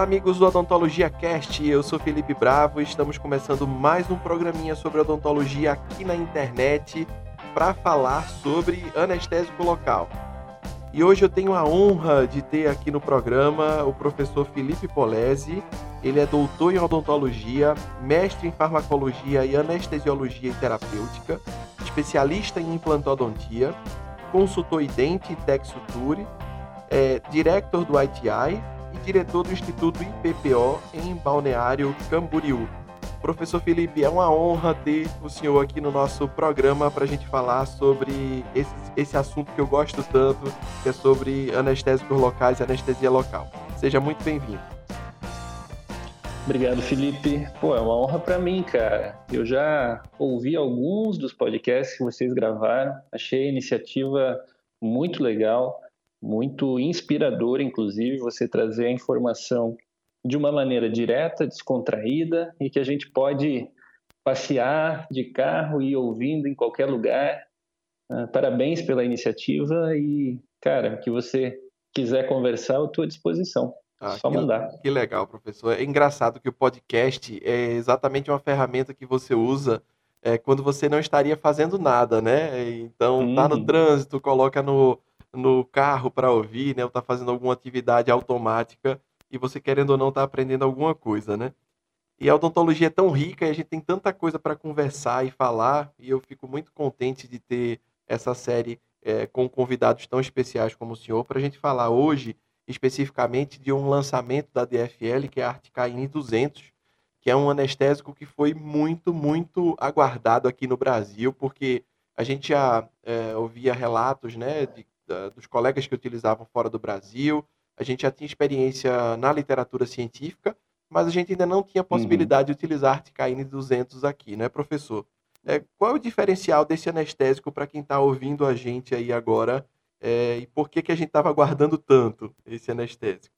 Olá, amigos do Odontologia Cast, eu sou Felipe Bravo e estamos começando mais um programinha sobre odontologia aqui na internet para falar sobre anestésico local. E hoje eu tenho a honra de ter aqui no programa o professor Felipe Polezi. Ele é doutor em odontologia, mestre em farmacologia e anestesiologia e terapêutica, especialista em implantodontia, consultor em dente e tech suture, director do ITI e diretor do Instituto IPPO em Balneário Camboriú. Professor Felipe, é uma honra ter o senhor aqui no nosso programa para a gente falar sobre esse assunto que eu gosto tanto, que é sobre anestésicos locais e anestesia local. Seja muito bem-vindo. Obrigado, Felipe. É uma honra para mim, cara. Eu já ouvi alguns dos podcasts que vocês gravaram, achei a iniciativa muito legal, muito inspiradora, inclusive, você trazer a informação de uma maneira direta, descontraída e que a gente pode passear de carro e ir ouvindo em qualquer lugar. Parabéns pela iniciativa e, cara, que você quiser conversar, eu estou à disposição. Só mandar. Que legal, professor. É engraçado que o podcast é exatamente uma ferramenta que você usa quando você não estaria fazendo nada, né? Então, tá no trânsito, coloca no carro para ouvir, né? Ou tá fazendo alguma atividade automática e você, querendo ou não, tá aprendendo alguma coisa, né? E a odontologia é tão rica e a gente tem tanta coisa para conversar e falar, e eu fico muito contente de ter essa série com convidados tão especiais como o senhor, para a gente falar hoje, especificamente, de um lançamento da DFL, que é a Articaine 200, que é um anestésico que foi muito, muito aguardado aqui no Brasil, porque a gente já ouvia relatos, né, dos colegas que utilizavam fora do Brasil, a gente já tinha experiência na literatura científica, mas a gente ainda não tinha possibilidade de utilizar a Articaine 200 aqui, né, professor? Qual é o diferencial desse anestésico para quem está ouvindo a gente aí agora e por que a gente estava aguardando tanto esse anestésico?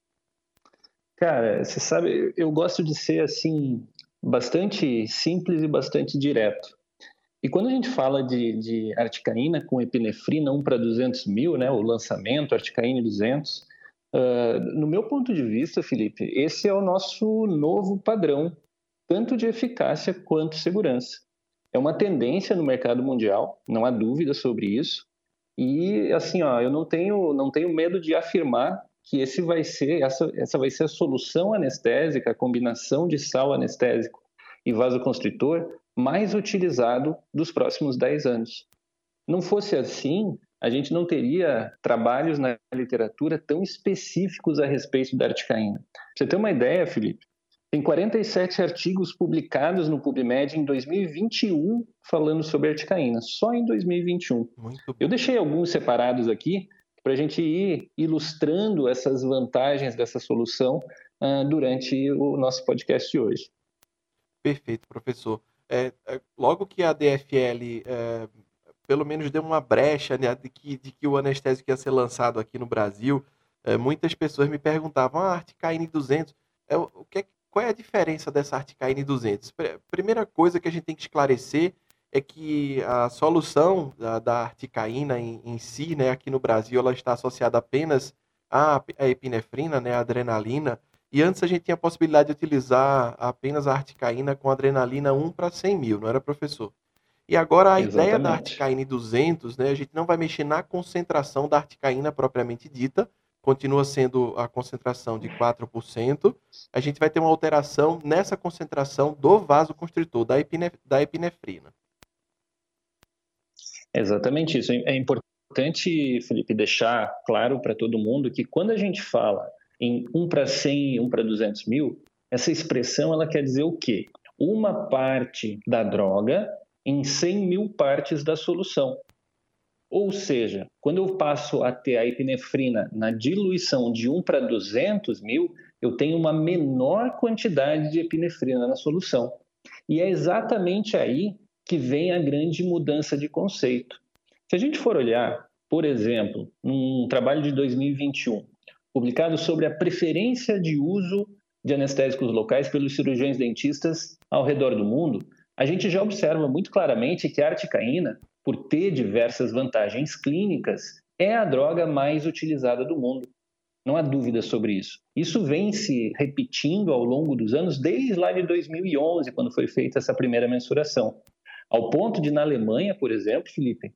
Cara, você sabe, eu gosto de ser, assim, bastante simples e bastante direto. E quando a gente fala de articaína com epinefrina 1/200.000, né, o lançamento Articaine 200, no meu ponto de vista, Felipe, esse é o nosso novo padrão, tanto de eficácia quanto segurança. É uma tendência no mercado mundial, não há dúvida sobre isso. E, assim, eu não tenho medo de afirmar que essa vai ser a solução anestésica, a combinação de sal anestésico e vasoconstritor mais utilizado dos próximos 10 anos. Não fosse assim, a gente não teria trabalhos na literatura tão específicos a respeito da articaína. Pra você ter uma ideia, Felipe, tem 47 artigos publicados no PubMed em 2021 falando sobre articaína, só em 2021. Eu deixei alguns separados aqui para a gente ir ilustrando essas vantagens dessa solução durante o nosso podcast de hoje. Perfeito, professor. Logo que a DFL pelo menos deu uma brecha, né, de que o anestésico ia ser lançado aqui no Brasil, muitas pessoas me perguntavam, a Articaine 200, qual é a diferença dessa Articaine 200? Primeira coisa que a gente tem que esclarecer é que a solução da articaína em si, né, aqui no Brasil, ela está associada apenas à epinefrina, né, à adrenalina, e antes a gente tinha a possibilidade de utilizar apenas a articaína com adrenalina 1/100.000, não era, professor? E agora a ideia da Articaine 200, né, a gente não vai mexer na concentração da articaína propriamente dita, continua sendo a concentração de 4%, a gente vai ter uma alteração nessa concentração do vasoconstritor, da epinefrina. Exatamente isso. É importante, Felipe, deixar claro para todo mundo que quando a gente fala em 1/100, 1/200.000, essa expressão ela quer dizer o quê? Uma parte da droga em 100.000 partes da solução. Ou seja, quando eu passo a ter a epinefrina na diluição de 1/200.000, eu tenho uma menor quantidade de epinefrina na solução. E é exatamente aí que vem a grande mudança de conceito. Se a gente for olhar, por exemplo, num trabalho de 2021, publicado sobre a preferência de uso de anestésicos locais pelos cirurgiões dentistas ao redor do mundo, a gente já observa muito claramente que a articaína, por ter diversas vantagens clínicas, é a droga mais utilizada do mundo. Não há dúvida sobre isso. Isso vem se repetindo ao longo dos anos, desde lá de 2011, quando foi feita essa primeira mensuração. Ao ponto de, na Alemanha, por exemplo, Felipe,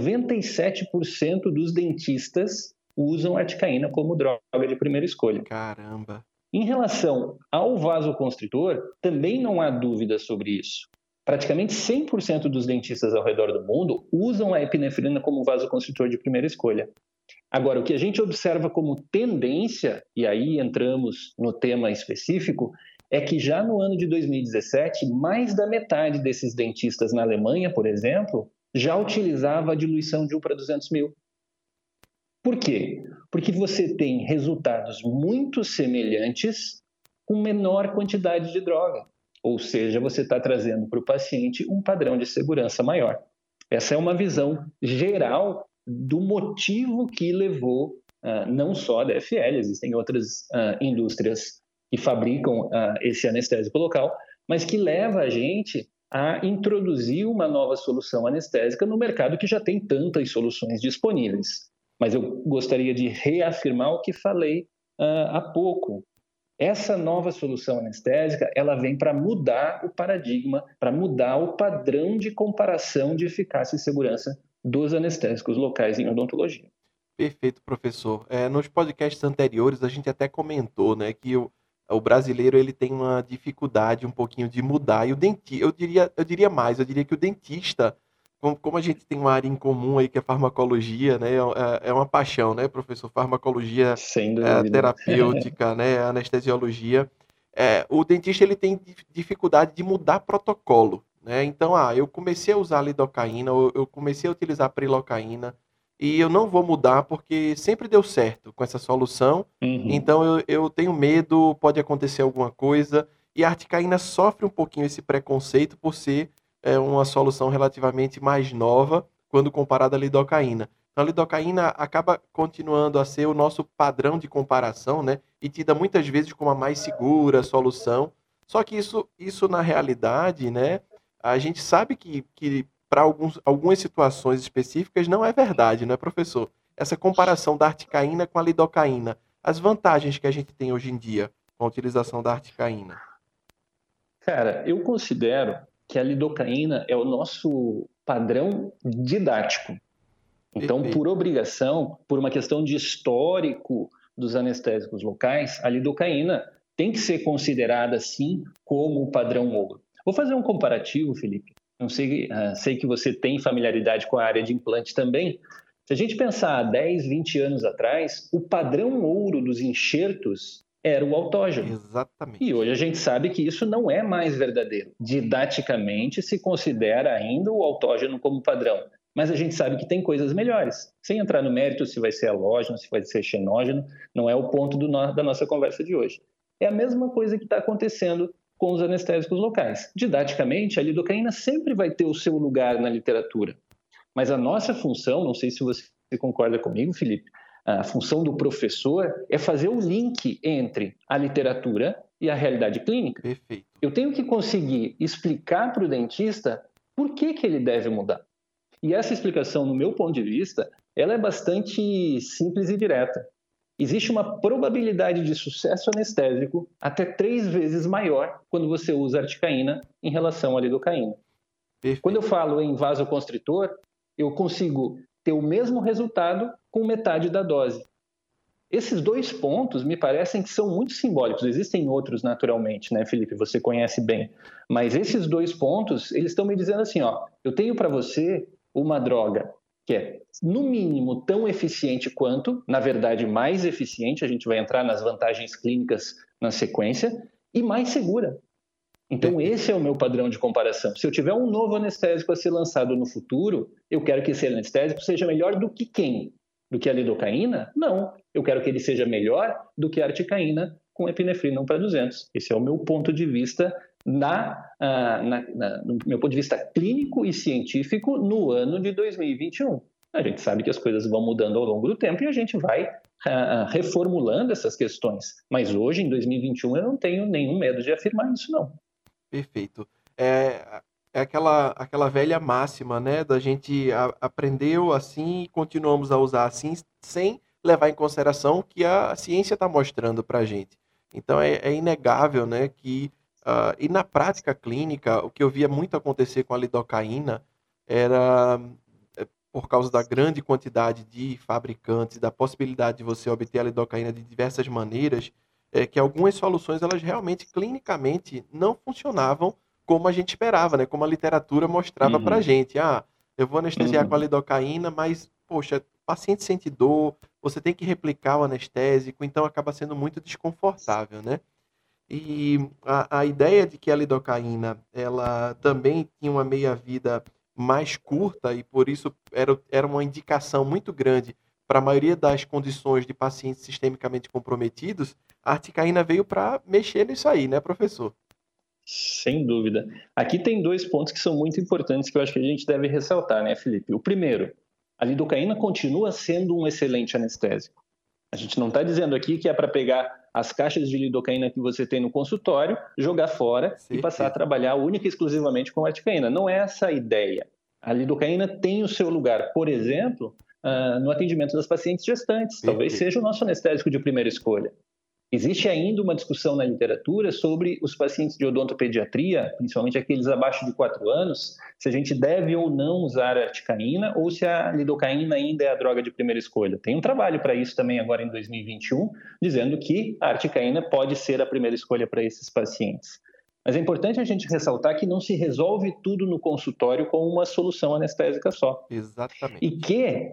97% dos dentistas usam articaína como droga de primeira escolha. Caramba! Em relação ao vasoconstritor, também não há dúvida sobre isso. Praticamente 100% dos dentistas ao redor do mundo usam a epinefrina como vasoconstritor de primeira escolha. Agora, o que a gente observa como tendência, e aí entramos no tema específico, é que já no ano de 2017, mais da metade desses dentistas na Alemanha, por exemplo, já utilizava a diluição de 1 para 200 mil. Por quê? Porque você tem resultados muito semelhantes com menor quantidade de droga. Ou seja, você está trazendo para o paciente um padrão de segurança maior. Essa é uma visão geral do motivo que levou, não só a DFL, existem outras indústrias que fabricam esse anestésico local, mas que leva a gente a introduzir uma nova solução anestésica no mercado que já tem tantas soluções disponíveis. Mas eu gostaria de reafirmar o que falei há pouco. Essa nova solução anestésica, ela vem para mudar o paradigma, para mudar o padrão de comparação de eficácia e segurança dos anestésicos locais em odontologia. Perfeito, professor. Nos podcasts anteriores, a gente até comentou, né, que o brasileiro ele tem uma dificuldade um pouquinho de mudar. E eu diria mais, eu diria que o dentista, como a gente tem uma área em comum aí, que é farmacologia, né, é uma paixão, né, professor? Farmacologia, Sem dúvida. terapêutica, né, anestesiologia. O dentista ele tem dificuldade de mudar protocolo, né? Então, eu comecei a usar lidocaína, eu comecei a utilizar prilocaína, e eu não vou mudar porque sempre deu certo com essa solução. Então eu tenho medo, pode acontecer alguma coisa. E a articaína sofre um pouquinho esse preconceito por ser uma solução relativamente mais nova quando comparada à lidocaína. Então a lidocaína acaba continuando a ser o nosso padrão de comparação, né? E tida muitas vezes como a mais segura solução. Só que isso na realidade, né? A gente sabe que para algumas situações específicas não é verdade, não é, professor? Essa comparação da articaína com a lidocaína, as vantagens que a gente tem hoje em dia com a utilização da articaína. Cara, eu considero que a lidocaína é o nosso padrão didático. Então, Perfeito. por obrigação, por uma questão de histórico dos anestésicos locais, a lidocaína tem que ser considerada, sim, como o padrão ouro. Vou fazer um comparativo, Felipe. Não sei, sei que você tem familiaridade com a área de implante também. Se a gente pensar há 10, 20 anos atrás, o padrão ouro dos enxertos era o autógeno. Exatamente. E hoje a gente sabe que isso não é mais verdadeiro. Didaticamente se considera ainda o autógeno como padrão. Mas a gente sabe que tem coisas melhores. Sem entrar no mérito se vai ser halógeno, se vai ser xenógeno, não é o ponto da nossa conversa de hoje. É a mesma coisa que está acontecendo com os anestésicos locais. Didaticamente, a lidocaína sempre vai ter o seu lugar na literatura. Mas a nossa função, não sei se você concorda comigo, Felipe, a função do professor é fazer o link entre a literatura e a realidade clínica. Perfeito. Eu tenho que conseguir explicar para o dentista por que ele deve mudar. E essa explicação, no meu ponto de vista, ela é bastante simples e direta. Existe uma probabilidade de sucesso anestésico até 3 vezes maior quando você usa articaína em relação à lidocaína. Perfeito. Quando eu falo em vasoconstritor, eu consigo ter o mesmo resultado com metade da dose. Esses 2 pontos me parecem que são muito simbólicos. Existem outros, naturalmente, né, Felipe? Você conhece bem. Mas esses 2 pontos, eles estão me dizendo assim, eu tenho para você uma droga que é, no mínimo, tão eficiente quanto, na verdade, mais eficiente, a gente vai entrar nas vantagens clínicas na sequência, e mais segura. Então, esse é o meu padrão de comparação. Se eu tiver um novo anestésico a ser lançado no futuro, eu quero que esse anestésico seja melhor do que quem? Do que a lidocaína? Não. Eu quero que ele seja melhor do que a articaína com epinefrina 1 para 200. Esse é o meu ponto de vista no meu ponto de vista clínico e científico no ano de 2021. A gente sabe que as coisas vão mudando ao longo do tempo e a gente vai reformulando essas questões. Mas hoje, em 2021, eu não tenho nenhum medo de afirmar isso, não. Perfeito. É aquela velha máxima, né? Da gente aprendeu assim e continuamos a usar assim, sem levar em consideração o que a ciência está mostrando para a gente. Então, é inegável, né, que... e na prática clínica, o que eu via muito acontecer com a lidocaína era, por causa da grande quantidade de fabricantes, da possibilidade de você obter a lidocaína de diversas maneiras, que algumas soluções, elas realmente, clinicamente, não funcionavam como a gente esperava, né? Como a literatura mostrava para a gente. Eu vou anestesiar com a lidocaína, mas, poxa, o paciente sente dor, você tem que replicar o anestésico, então acaba sendo muito desconfortável, né? E a ideia de que a lidocaína, ela também tinha uma meia-vida mais curta e por isso era uma indicação muito grande para a maioria das condições de pacientes sistemicamente comprometidos, a articaína veio para mexer nisso aí, né, professor? Sem dúvida. Aqui tem dois pontos que são muito importantes que eu acho que a gente deve ressaltar, né, Felipe? O primeiro, a lidocaína continua sendo um excelente anestésico. A gente não está dizendo aqui que é para pegar as caixas de lidocaína que você tem no consultório, jogar fora e passar a trabalhar única e exclusivamente com articaína. Não é essa a ideia. A lidocaína tem o seu lugar, por exemplo, no atendimento das pacientes gestantes. Talvez seja o nosso anestésico de primeira escolha. Existe ainda uma discussão na literatura sobre os pacientes de odontopediatria, principalmente aqueles abaixo de 4 anos, se a gente deve ou não usar a articaína ou se a lidocaína ainda é a droga de primeira escolha. Tem um trabalho para isso também agora em 2021, dizendo que a articaína pode ser a primeira escolha para esses pacientes. Mas é importante a gente ressaltar que não se resolve tudo no consultório com uma solução anestésica só. Exatamente. E que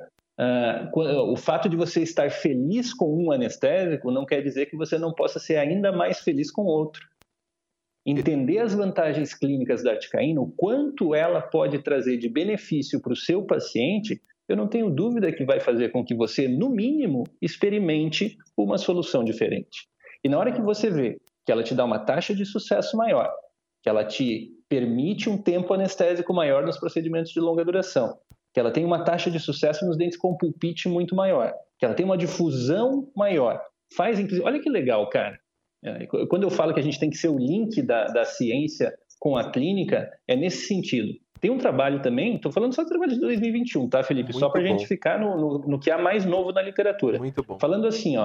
o fato de você estar feliz com um anestésico não quer dizer que você não possa ser ainda mais feliz com outro. Entender as vantagens clínicas da articaína, o quanto ela pode trazer de benefício para o seu paciente, eu não tenho dúvida que vai fazer com que você, no mínimo, experimente uma solução diferente. E na hora que você vê que ela te dá uma taxa de sucesso maior, que ela te permite um tempo anestésico maior nos procedimentos de longa duração, que ela tem uma taxa de sucesso nos dentes com pulpite muito maior, que ela tem uma difusão maior. Olha que legal, cara. Quando eu falo que a gente tem que ser o link da ciência com a clínica, é nesse sentido. Tem um trabalho também, estou falando só do trabalho de 2021, tá, Felipe? Muito só para a gente ficar no que há mais novo na literatura. Muito bom. Falando assim,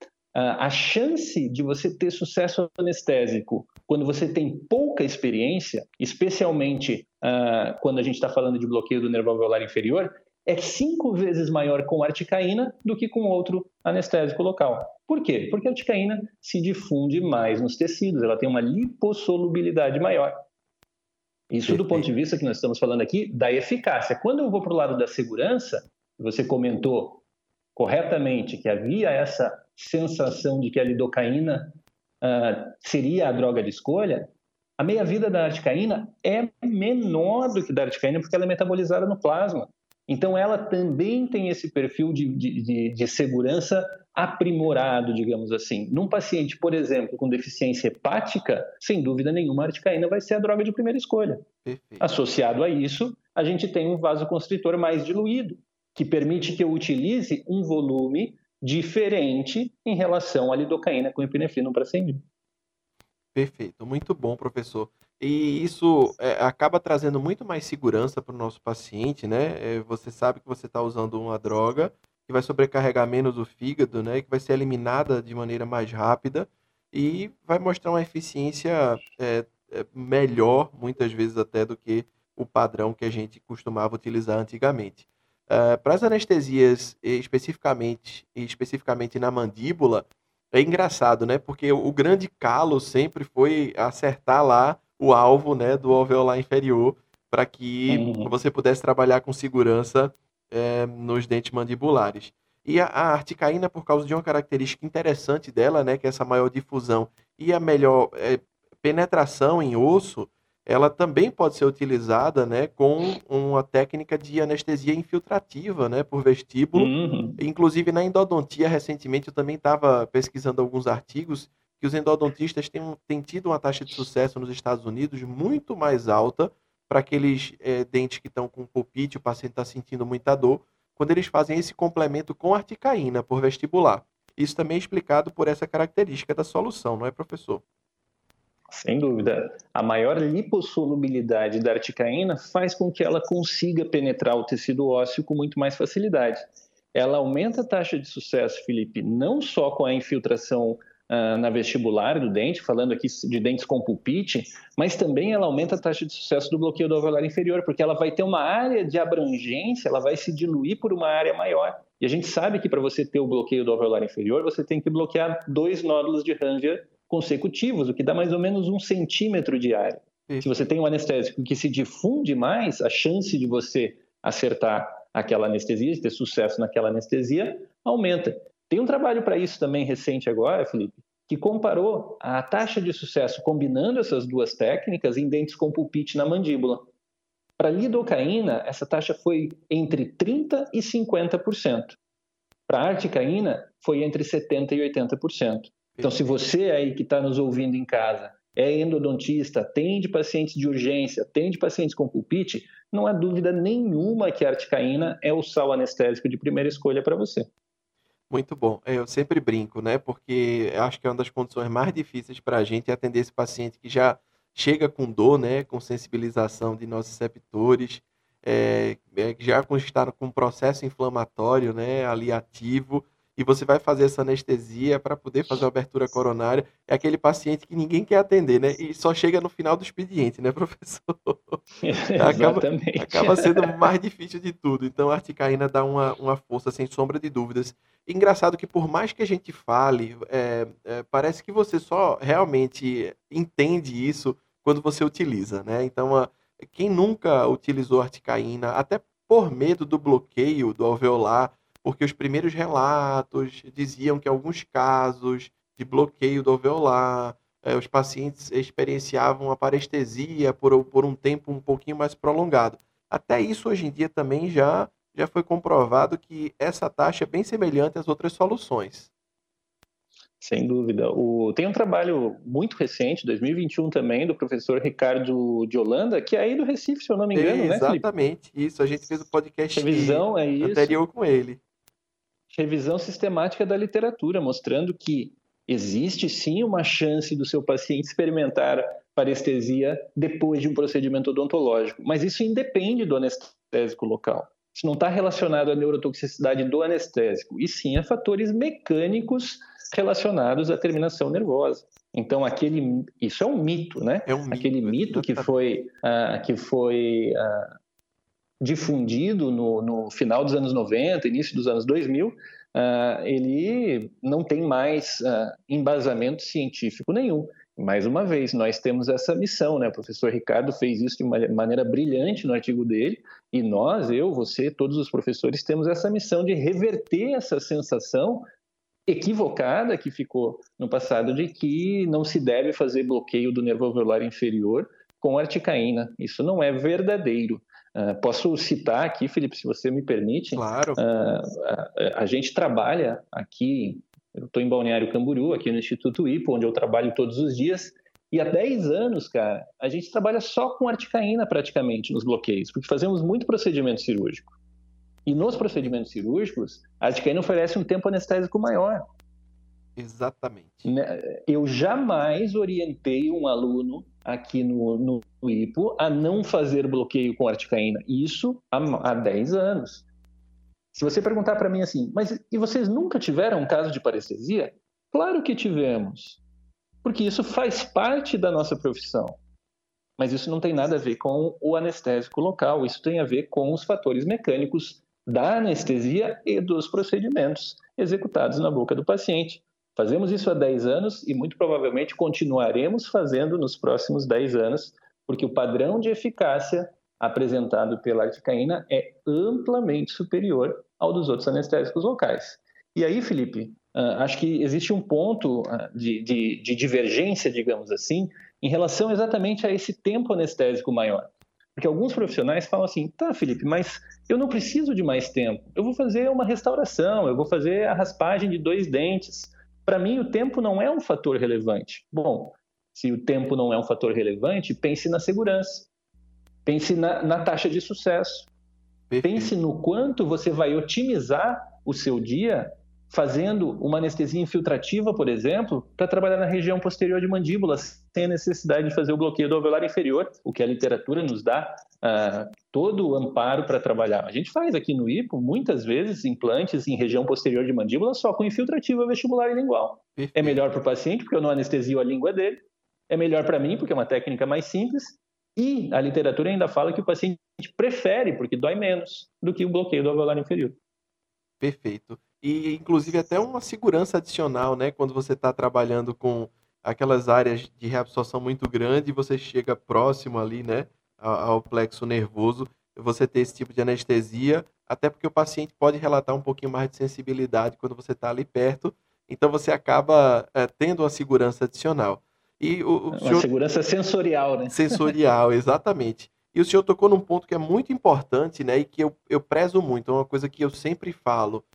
a chance de você ter sucesso anestésico quando você tem pouca experiência, especialmente quando a gente está falando de bloqueio do nervo alveolar inferior, é 5 vezes maior com articaína do que com outro anestésico local. Por quê? Porque a articaína se difunde mais nos tecidos, ela tem uma lipossolubilidade maior. Isso do ponto de vista que nós estamos falando aqui da eficácia. Quando eu vou para o lado da segurança, você comentou corretamente que havia essa sensação de que a lidocaína seria a droga de escolha, a meia-vida da articaína é menor do que da articaína porque ela é metabolizada no plasma. Então, ela também tem esse perfil de segurança aprimorado, digamos assim. Num paciente, por exemplo, com deficiência hepática, sem dúvida nenhuma, a articaína vai ser a droga de primeira escolha. Perfeito. Associado a isso, a gente tem um vasoconstritor mais diluído, que permite que eu utilize um volume diferente em relação à lidocaína com epinefrina para 100 mil. Perfeito, muito bom, professor. E isso acaba trazendo muito mais segurança para o nosso paciente, né? Você sabe que você está usando uma droga que vai sobrecarregar menos o fígado, né? Que vai ser eliminada de maneira mais rápida e vai mostrar uma eficiência melhor, muitas vezes até, do que o padrão que a gente costumava utilizar antigamente. Para as anestesias, especificamente na mandíbula, é engraçado, né? Porque o grande calo sempre foi acertar lá o alvo, né, do alveolar inferior para que você pudesse trabalhar com segurança nos dentes mandibulares. E a articaína, por causa de uma característica interessante dela, né, que é essa maior difusão e a melhor penetração em osso, ela também pode ser utilizada, né, com uma técnica de anestesia infiltrativa, né, por vestíbulo. Inclusive, na endodontia, recentemente, eu também estava pesquisando alguns artigos que os endodontistas têm tido uma taxa de sucesso nos Estados Unidos muito mais alta para aqueles dentes que estão com pulpite, o paciente está sentindo muita dor, quando eles fazem esse complemento com articaína por vestibular. Isso também é explicado por essa característica da solução, não é, professor? Sem dúvida. A maior lipossolubilidade da articaína faz com que ela consiga penetrar o tecido ósseo com muito mais facilidade. ela aumenta a taxa de sucesso, Felipe, não só com a infiltração na vestibular do dente, falando aqui de dentes com pulpite, mas também ela aumenta a taxa de sucesso do bloqueio do alveolar inferior, porque ela vai ter uma área de abrangência, ela vai se diluir por uma área maior. E a gente sabe que para você ter o bloqueio do alveolar inferior, você tem que bloquear 2 nódulos de Ranvier consecutivos, o que dá mais ou menos 1 centímetro de área. Se você tem um anestésico que se difunde mais, a chance de você acertar aquela anestesia, de ter sucesso naquela anestesia, aumenta. Tem um trabalho para isso também recente agora, Felipe, que comparou a taxa de sucesso combinando essas duas técnicas em dentes com pulpite na mandíbula. Para lidocaína, essa taxa foi entre 30% e 50%. Para articaína, foi entre 70% e 80%. Então, se você aí que está nos ouvindo em casa é endodontista, atende pacientes de urgência, atende pacientes com pulpite, não há dúvida nenhuma que a articaína é o sal anestésico de primeira escolha para você. Muito bom. Eu sempre brinco, né? Porque eu acho que é uma das condições mais difíceis para a gente atender esse paciente que já chega com dor, né? Com sensibilização de nociceptores, já está com um processo inflamatório, né? Ali ativo, e você vai fazer essa anestesia para poder fazer a abertura coronária. É aquele paciente que ninguém quer atender, né? E só chega no final do expediente, né, professor? Exatamente. Acaba sendo o mais difícil de tudo. Então, a articaína dá uma força, sem sombra de dúvidas. Engraçado que, por mais que a gente fale, parece que você só realmente entende isso quando você utiliza, né? Então, quem nunca utilizou articaína, até por medo do bloqueio do alveolar, porque os primeiros relatos diziam que alguns casos de bloqueio do alveolar, os pacientes experienciavam a parestesia por um tempo um pouquinho mais prolongado. Até isso, hoje em dia, também já foi comprovado que essa taxa é bem semelhante às outras soluções. Sem dúvida. Tem um trabalho muito recente, 2021 também, do professor Ricardo de Holanda, que é aí do Recife, se eu não me engano, né, Felipe? Exatamente, isso. A gente fez o podcast Revisão, é isso. anterior com ele. Revisão sistemática da literatura, mostrando que existe sim uma chance do seu paciente experimentar parestesia depois de um procedimento odontológico, mas isso independe do anestésico local. Isso não está relacionado à neurotoxicidade do anestésico, e sim a fatores mecânicos relacionados à terminação nervosa. Então, isso é um mito, né? É um mito, aquele mito que foi difundido no final dos anos 90, início dos anos 2000, ele não tem mais embasamento científico nenhum. Mais uma vez, nós temos essa missão, né? O professor Ricardo fez isso de uma maneira brilhante no artigo dele, e nós, você, todos os professores, temos essa missão de reverter essa sensação equivocada que ficou no passado de que não se deve fazer bloqueio do nervo alveolar inferior com articaína. Isso não é verdadeiro. Posso citar aqui, Felipe, se você me permite? Claro. A gente trabalha aqui, eu estou em Balneário Camboriú, aqui no Instituto IPO, onde eu trabalho todos os dias, e há 10 anos, cara, a gente trabalha só com articaína praticamente nos bloqueios, porque fazemos muito procedimento cirúrgico. E nos procedimentos cirúrgicos, a articaína oferece um tempo anestésico maior. Exatamente. Eu jamais orientei um aluno aqui no IPO a não fazer bloqueio com articaína. Isso há 10 anos. Se você perguntar para mim assim, mas e vocês nunca tiveram um caso de parestesia? Claro que tivemos, porque isso faz parte da nossa profissão. Mas isso não tem nada a ver com o anestésico local, isso tem a ver com os fatores mecânicos da anestesia e dos procedimentos executados na boca do paciente. Fazemos isso há 10 anos e muito provavelmente continuaremos fazendo nos próximos 10 anos, porque o padrão de eficácia apresentado pela articaína é amplamente superior ao dos outros anestésicos locais. E aí, Felipe, acho que existe um ponto de divergência, digamos assim, em relação exatamente a esse tempo anestésico maior. Porque alguns profissionais falam assim, tá, Felipe, mas eu não preciso de mais tempo. Eu vou fazer uma restauração, eu vou fazer a raspagem de 2 dentes. Para mim, o tempo não é um fator relevante. Bom, se o tempo não é um fator relevante, pense na segurança. Pense na taxa de sucesso. Perfeito. Pense no quanto você vai otimizar o seu dia fazendo uma anestesia infiltrativa, por exemplo, para trabalhar na região posterior de mandíbula, sem a necessidade de fazer o bloqueio do alveolar inferior, o que a literatura nos dá todo o amparo para trabalhar. A gente faz aqui no IPO, muitas vezes, implantes em região posterior de mandíbula só com infiltrativa vestibular e lingual. É melhor para o paciente, porque eu não anestesio a língua dele, é melhor para mim, porque é uma técnica mais simples, e a literatura ainda fala que o paciente prefere, porque dói menos, do que o bloqueio do alveolar inferior. Perfeito. E, inclusive, até uma segurança adicional, né? Quando você está trabalhando com aquelas áreas de reabsorção muito grande, você chega próximo ali, né? Ao plexo nervoso, você ter esse tipo de anestesia, até porque o paciente pode relatar um pouquinho mais de sensibilidade quando você está ali perto, então você acaba tendo uma segurança adicional. E uma senhor... segurança sensorial, né? Sensorial, exatamente. E o senhor tocou num ponto que é muito importante, né, e que eu prezo muito, é uma coisa que eu sempre falo.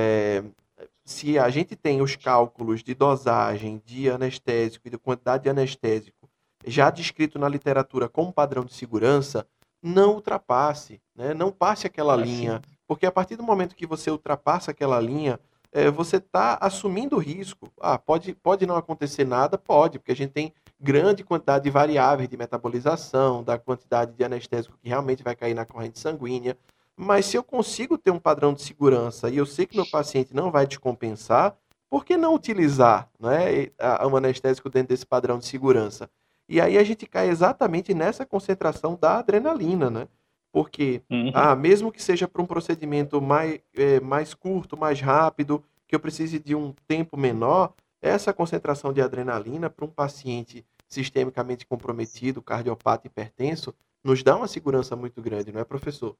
Se a gente tem os cálculos de dosagem de anestésico e de quantidade de anestésico já descrito na literatura como padrão de segurança, não ultrapasse, né? Não passe aquela linha, porque a partir do momento que você ultrapassa aquela linha, você está assumindo o risco. Pode não acontecer nada? Pode, porque a gente tem grande quantidade de variáveis de metabolização, da quantidade de anestésico que realmente vai cair na corrente sanguínea. Mas se eu consigo ter um padrão de segurança e eu sei que meu paciente não vai descompensar, por que não utilizar, né, um anestésico dentro desse padrão de segurança? E aí a gente cai exatamente nessa concentração da adrenalina, né? Porque, mesmo que seja para um procedimento mais curto, mais rápido, que eu precise de um tempo menor, essa concentração de adrenalina para um paciente sistemicamente comprometido, cardiopata, hipertenso, nos dá uma segurança muito grande, não é, professor?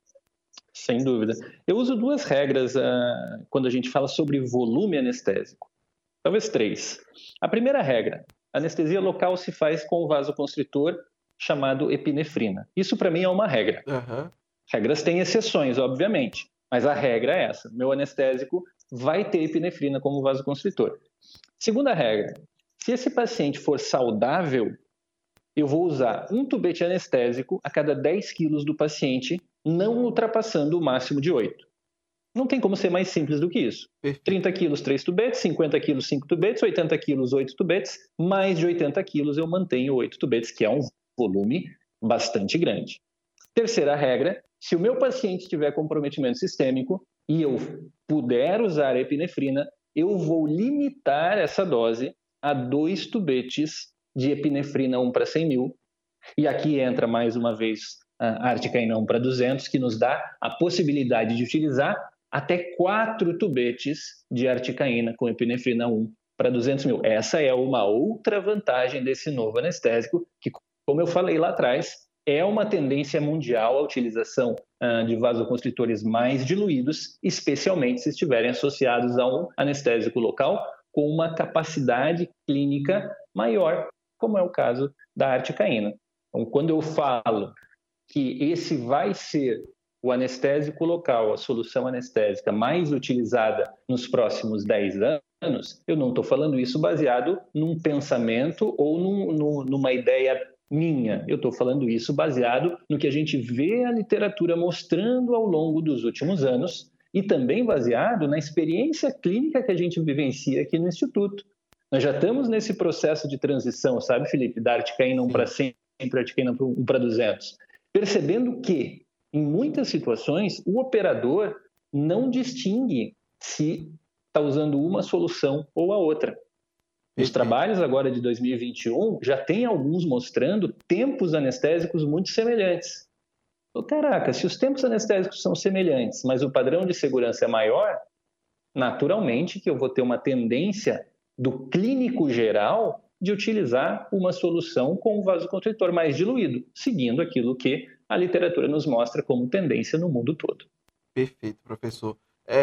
Sem dúvida. Eu uso duas regras quando a gente fala sobre volume anestésico. Talvez três. A primeira regra, a anestesia local se faz com o vasoconstritor chamado epinefrina. Isso para mim é uma regra. Regras têm exceções, obviamente, mas a regra é essa. Meu anestésico vai ter epinefrina como vasoconstritor. Segunda regra, se esse paciente for saudável, eu vou usar um tubete anestésico a cada 10 quilos do paciente, não ultrapassando o máximo de 8. Não tem como ser mais simples do que isso. Perfeito. 30 quilos, 3 tubetes, 50 quilos, 5 tubetes, 80 quilos, 8 tubetes, mais de 80 quilos eu mantenho 8 tubetes, que é um volume bastante grande. Terceira regra, se o meu paciente tiver comprometimento sistêmico e eu puder usar epinefrina, eu vou limitar essa dose a 2 tubetes de epinefrina 1 para 100 mil. E aqui entra mais uma vez a articaína 1 para 200, que nos dá a possibilidade de utilizar até 4 tubetes de articaína com epinefrina 1 para 200 mil. Essa é uma outra vantagem desse novo anestésico, que, como eu falei lá atrás, é uma tendência mundial a utilização de vasoconstritores mais diluídos, especialmente se estiverem associados a um anestésico local com uma capacidade clínica maior, como é o caso da articaína. Então, quando eu falo que esse vai ser o anestésico local, a solução anestésica mais utilizada nos próximos 10 anos, eu não estou falando isso baseado num pensamento ou numa ideia minha. Eu estou falando isso baseado no que a gente vê a literatura mostrando ao longo dos últimos anos e também baseado na experiência clínica que a gente vivencia aqui no Instituto. Nós já estamos nesse processo de transição, sabe, Felipe, da articaína 1 para 100 para articaína 1 para 200, percebendo que, em muitas situações, o operador não distingue se está usando uma solução ou a outra. Os trabalhos agora de 2021 já tem alguns mostrando tempos anestésicos muito semelhantes. Caraca, se os tempos anestésicos são semelhantes, mas o padrão de segurança é maior, naturalmente que eu vou ter uma tendência do clínico geral de utilizar uma solução com um vasoconstritor mais diluído, seguindo aquilo que a literatura nos mostra como tendência no mundo todo. Perfeito, professor.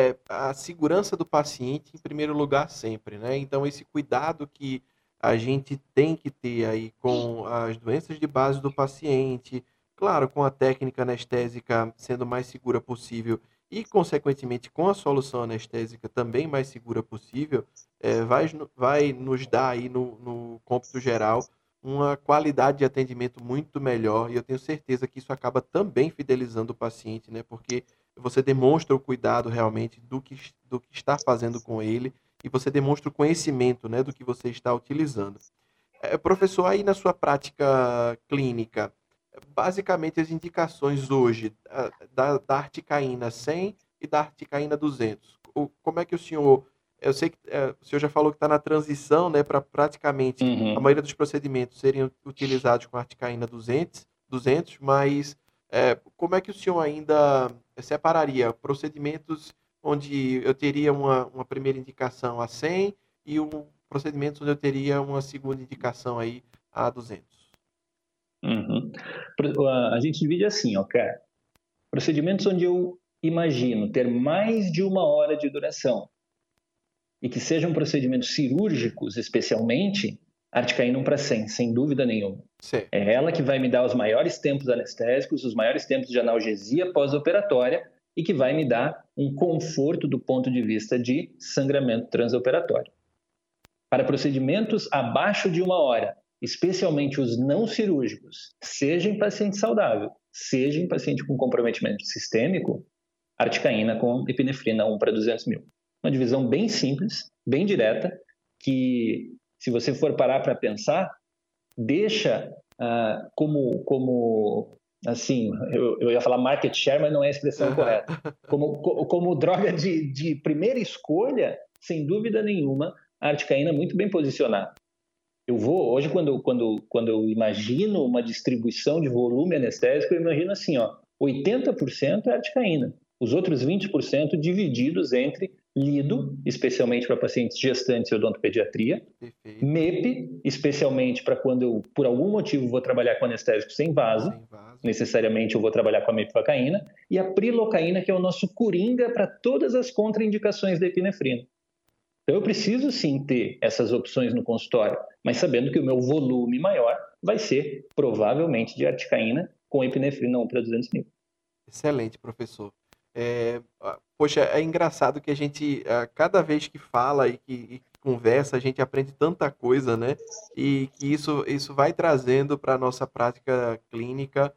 A segurança do paciente em primeiro lugar sempre, né? Então, esse cuidado que a gente tem que ter aí com as doenças de base do paciente, claro, com a técnica anestésica sendo mais segura possível e, consequentemente, com a solução anestésica também mais segura possível, vai nos dar aí no cômputo geral uma qualidade de atendimento muito melhor, e eu tenho certeza que isso acaba também fidelizando o paciente, né? Porque você demonstra o cuidado realmente do que está fazendo com ele e você demonstra o conhecimento, né, do que você está utilizando. Professor, aí na sua prática clínica, basicamente as indicações hoje da articaína 100 e da articaína 200, como é que o senhor... Eu sei que o senhor já falou que está na transição, né, para praticamente a maioria dos procedimentos serem utilizados com articaína 200, mas como é que o senhor ainda separaria procedimentos onde eu teria uma primeira indicação a 100 e procedimentos onde eu teria uma segunda indicação aí a 200? Uhum. A gente divide assim, ok? Procedimentos onde eu imagino ter mais de 1 hora de duração e que sejam procedimentos cirúrgicos, especialmente, articaína 1 para 100, sem dúvida nenhuma. Certo. É ela que vai me dar os maiores tempos anestésicos, os maiores tempos de analgesia pós-operatória e que vai me dar um conforto do ponto de vista de sangramento transoperatório. Para procedimentos abaixo de 1 hora, especialmente os não cirúrgicos, seja em paciente saudável, seja em paciente com comprometimento sistêmico, articaína com epinefrina 1 para 200 mil. Uma divisão bem simples, bem direta, que, se você for parar para pensar, deixa como assim, eu ia falar market share, mas não é a expressão correta. Como droga de primeira escolha, sem dúvida nenhuma, a articaína muito bem posicionada. Hoje, quando eu imagino uma distribuição de volume anestésico, eu imagino assim, 80% é articaína. Os outros 20% divididos entre lido, especialmente para pacientes gestantes e odontopediatria, Perfeito. MEP, especialmente para quando eu, por algum motivo, vou trabalhar com anestésico sem vaso, necessariamente eu vou trabalhar com a mepivacaína, e a prilocaína, que é o nosso coringa para todas as contraindicações da epinefrina. Então, eu preciso sim ter essas opções no consultório, mas sabendo que o meu volume maior vai ser, provavelmente, de articaína com epinefrina 1 para 200 mil. Excelente, professor. Poxa, é engraçado que a gente, cada vez que fala e que conversa, a gente aprende tanta coisa, né? E que isso vai trazendo para a nossa prática clínica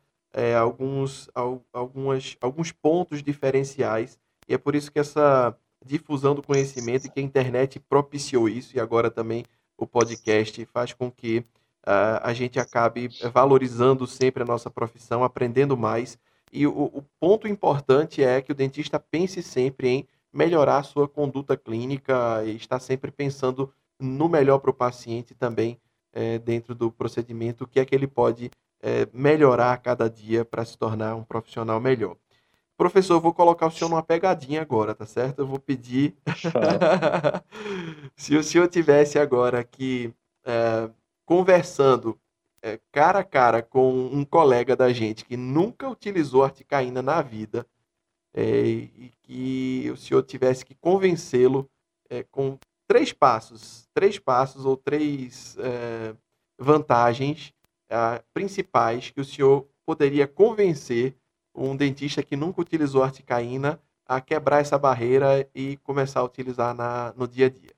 alguns pontos diferenciais. E é por isso que essa difusão do conhecimento e que a internet propiciou isso, e agora também o podcast faz com que a gente acabe valorizando sempre a nossa profissão, aprendendo mais. E o ponto importante é que o dentista pense sempre em melhorar a sua conduta clínica e estar sempre pensando no melhor para o paciente também, dentro do procedimento, o que é que ele pode melhorar a cada dia para se tornar um profissional melhor. Professor, eu vou colocar o senhor numa pegadinha agora, tá certo? Eu vou pedir... Se o senhor tivesse agora aqui conversando cara a cara com um colega da gente que nunca utilizou articaína na vida, e que o senhor tivesse que convencê-lo com 3 passos ou 3 vantagens principais que o senhor poderia convencer um dentista que nunca utilizou articaína a quebrar essa barreira e começar a utilizar no dia a dia.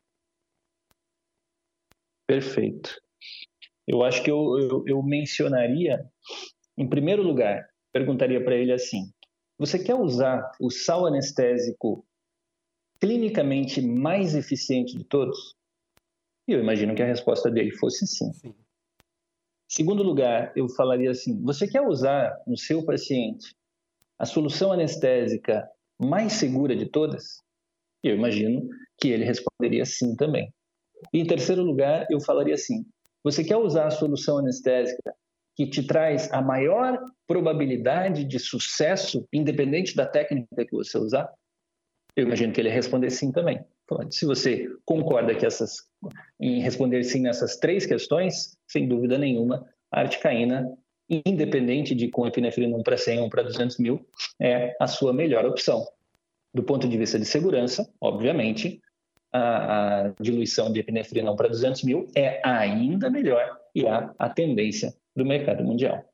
Perfeito. Eu acho que eu mencionaria, em primeiro lugar, perguntaria para ele assim: você quer usar o sal anestésico clinicamente mais eficiente de todos? E eu imagino que a resposta dele fosse sim. Sim. Segundo lugar, eu falaria assim: você quer usar no seu paciente a solução anestésica mais segura de todas? E eu imagino que ele responderia sim também. E em terceiro lugar, eu falaria assim: você quer usar a solução anestésica que te traz a maior probabilidade de sucesso, independente da técnica que você usar? Eu imagino que ele ia responder sim também. Se você concorda em responder sim nessas 3 questões, sem dúvida nenhuma, a articaína, independente de com epinefrina 1 para 100 ou 1 para 200 mil, é a sua melhor opção. Do ponto de vista de segurança, obviamente, a diluição de epinefrina 1 para 200 mil é ainda melhor e há a tendência do mercado mundial.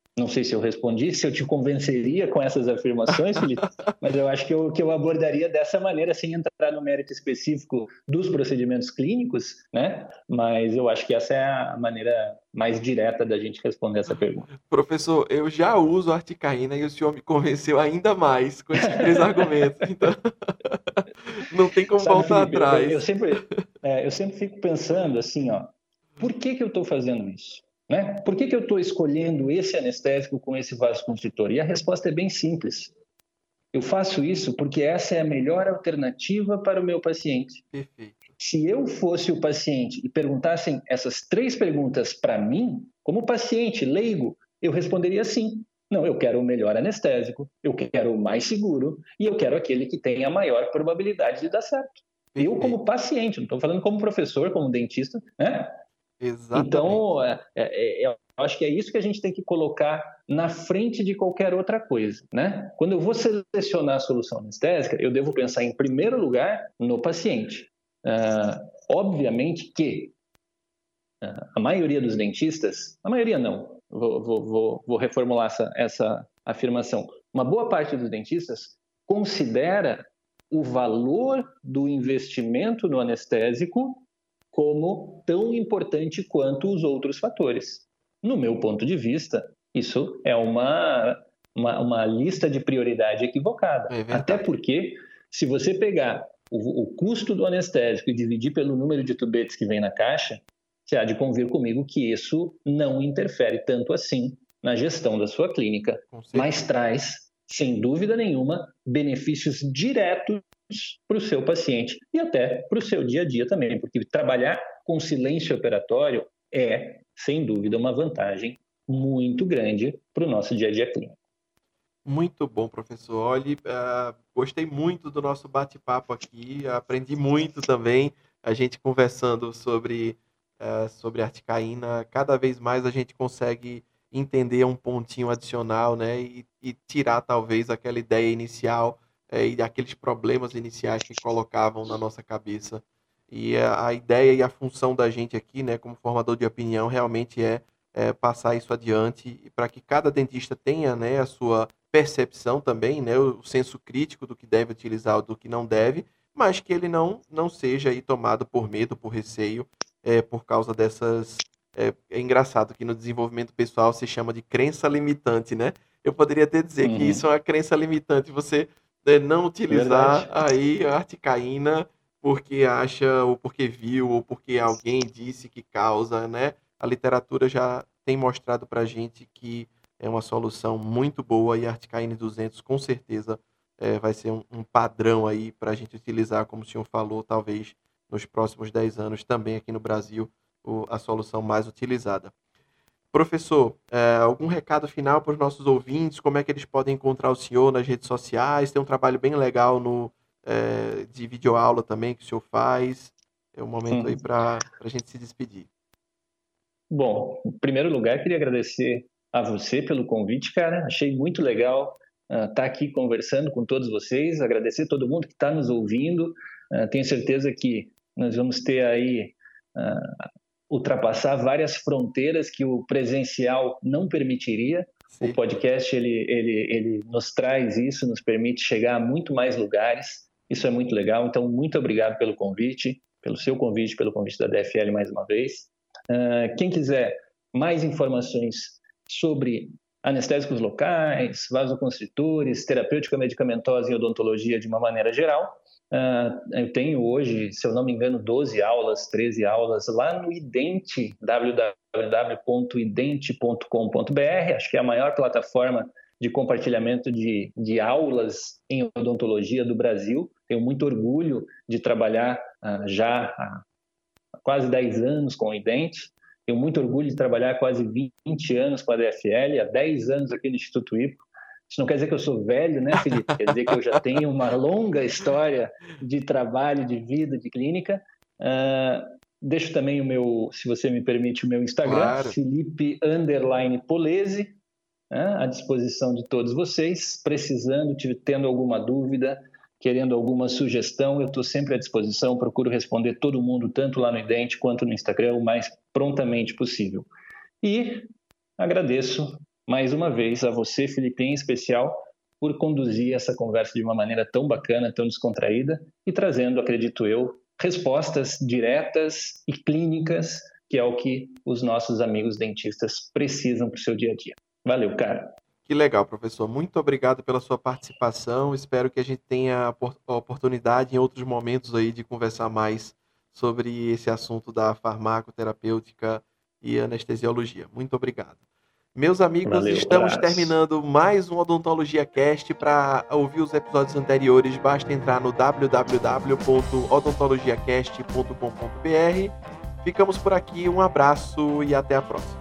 Não sei se eu respondi, se eu te convenceria com essas afirmações, Felipe, mas eu acho que eu abordaria dessa maneira, sem entrar no mérito específico dos procedimentos clínicos, né? Mas eu acho que essa é a maneira mais direta da gente responder essa pergunta. Professor, eu já uso articaína e o senhor me convenceu ainda mais com esses 3 argumentos. Então, não tem como Sabe, voltar Felipe, atrás. eu sempre fico pensando assim, ó, por que eu estou fazendo isso? Né? Por que eu estou escolhendo esse anestésico com esse vasoconstritor? E a resposta é bem simples. Eu faço isso porque essa é a melhor alternativa para o meu paciente. Perfeito. Se eu fosse o paciente e perguntassem essas 3 perguntas para mim, como paciente leigo, eu responderia sim. Não, eu quero o melhor anestésico, eu quero o mais seguro e eu quero aquele que tem a maior probabilidade de dar certo. Perfeito. Eu como paciente, não estou falando como professor, como dentista, né? Exatamente. Então, eu acho que é isso que a gente tem que colocar na frente de qualquer outra coisa, né? Quando eu vou selecionar a solução anestésica, eu devo pensar em primeiro lugar no paciente. Obviamente que a maioria dos dentistas, a maioria não, vou reformular essa afirmação, uma boa parte dos dentistas considera o valor do investimento no anestésico como tão importante quanto os outros fatores. No meu ponto de vista, isso é uma lista de prioridade equivocada. Até porque, se você pegar o custo do anestésico e dividir pelo número de tubetes que vem na caixa, você há de convir comigo que isso não interfere tanto assim na gestão da sua clínica, mas traz, sem dúvida nenhuma, benefícios diretos para o seu paciente e até para o seu dia a dia também, porque trabalhar com silêncio operatório é, sem dúvida, uma vantagem muito grande para o nosso dia a dia clínico. Muito bom, professor. Olha, gostei muito do nosso bate-papo aqui, aprendi muito também, a gente conversando sobre articaína. Cada vez mais a gente consegue entender um pontinho adicional, né, e tirar talvez aquela ideia inicial e aqueles problemas iniciais que colocavam na nossa cabeça. E a ideia e a função da gente aqui, né, como formador de opinião, realmente é passar isso adiante para que cada dentista tenha, né, a sua percepção também, né, o senso crítico do que deve utilizar ou do que não deve, mas que ele não seja aí tomado por medo, por receio, por causa dessas... É engraçado que no desenvolvimento pessoal se chama de crença limitante, né? Eu poderia até dizer que isso é uma crença limitante, você não utilizar aí a articaína porque acha, ou porque viu, ou porque alguém disse que causa, né? A literatura já tem mostrado para a gente que é uma solução muito boa e a Articaine 200 com certeza vai ser um padrão aí para a gente utilizar, como o senhor falou, talvez nos próximos 10 anos também aqui no Brasil, a solução mais utilizada. Professor, algum recado final para os nossos ouvintes? Como é que eles podem encontrar o senhor nas redes sociais? Tem um trabalho bem legal de videoaula também que o senhor faz. É um momento aí para a gente se despedir. Bom, em primeiro lugar, queria agradecer a você pelo convite, cara. Achei muito legal estar aqui conversando com todos vocês. Agradecer a todo mundo que está nos ouvindo. Tenho certeza que nós vamos ter aí ultrapassar várias fronteiras que o presencial não permitiria. Sim. O podcast ele nos traz isso, nos permite chegar a muito mais lugares. Isso é muito legal. Então, muito obrigado pelo convite, pelo seu convite, pelo convite da DFL mais uma vez. Quem quiser mais informações sobre anestésicos locais, vasoconstritores, terapêutica medicamentosa e odontologia de uma maneira geral, eu tenho hoje, se eu não me engano, 12 aulas, 13 aulas lá no Idente, www.idente.com.br, acho que é a maior plataforma de compartilhamento de aulas em odontologia do Brasil. Tenho muito orgulho de trabalhar já há quase 10 anos com o Idente. Tenho muito orgulho de trabalhar quase 20 anos com a DFL, há 10 anos aqui no Instituto Hipo. Isso não quer dizer que eu sou velho, né, Felipe? Quer dizer que eu já tenho uma longa história de trabalho, de vida, de clínica. Deixo também o meu, se você me permite, o meu Instagram, claro. Felipe_Polese, à disposição de todos vocês. Precisando, tendo alguma dúvida, querendo alguma sugestão, eu estou sempre à disposição, procuro responder todo mundo, tanto lá no Idente quanto no Instagram, o mais prontamente possível. E agradeço mais uma vez, a você, Felipe, em especial, por conduzir essa conversa de uma maneira tão bacana, tão descontraída e trazendo, acredito eu, respostas diretas e clínicas, que é o que os nossos amigos dentistas precisam para o seu dia a dia. Valeu, cara. Que legal, professor. Muito obrigado pela sua participação. Espero que a gente tenha a oportunidade em outros momentos aí de conversar mais sobre esse assunto da farmacoterapêutica e anestesiologia. Muito obrigado. Meus amigos, Valeu, estamos abraço. terminando mais um Odontologia Cast. Para ouvir os episódios anteriores, basta entrar no www.odontologiacast.com.br. Ficamos por aqui, um abraço e até a próxima.